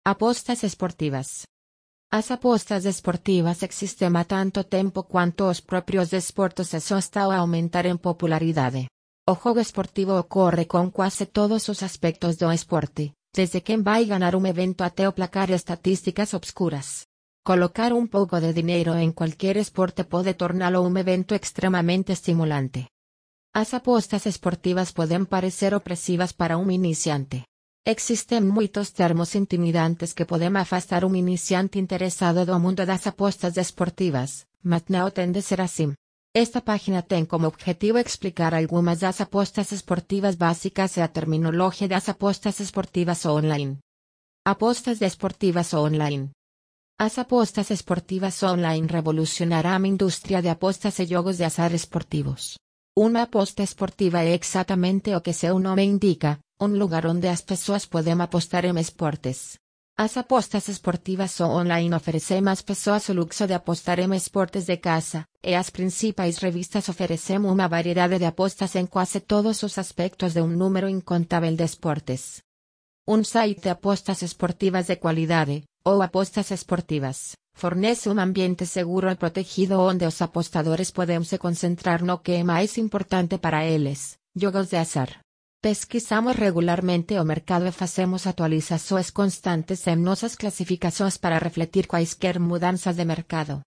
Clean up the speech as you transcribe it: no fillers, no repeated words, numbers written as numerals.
Apostas esportivas. As apostas esportivas existem há tanto tempo quanto os próprios desportos e só estão a aumentar em popularidade. O jogo esportivo ocorre com quase todos os aspectos do esporte, desde quem vai ganhar um evento até o placar e estatísticas obscuras. Colocar um pouco de dinheiro em qualquer esporte pode torná-lo um evento extremamente estimulante. As apostas esportivas podem parecer opressivas para um iniciante. Existem muitos termos intimidantes que podem afastar um iniciante interessado do mundo das apostas esportivas, mas não tem de ser assim. Esta página tem como objetivo explicar algumas das apostas esportivas básicas e a terminologia das apostas esportivas online. Apostas esportivas online. As apostas esportivas online revolucionarão a indústria de apostas e jogos de azar esportivos. Uma aposta esportiva é exatamente o que seu nome indica, um lugar onde as pessoas podem apostar em esportes. As apostas esportivas online oferecem às pessoas o luxo de apostar em esportes de casa, e as principais revistas oferecem uma variedade de apostas em quase todos os aspectos de um número incontável de esportes. Um site de apostas esportivas de qualidade, ou apostas esportivas, fornece um ambiente seguro e protegido onde os apostadores podem se concentrar no que é mais importante para eles, jogos de azar. Pesquisamos regularmente o mercado e fazemos atualizações constantes em nossas classificações para refletir quaisquer mudanças de mercado.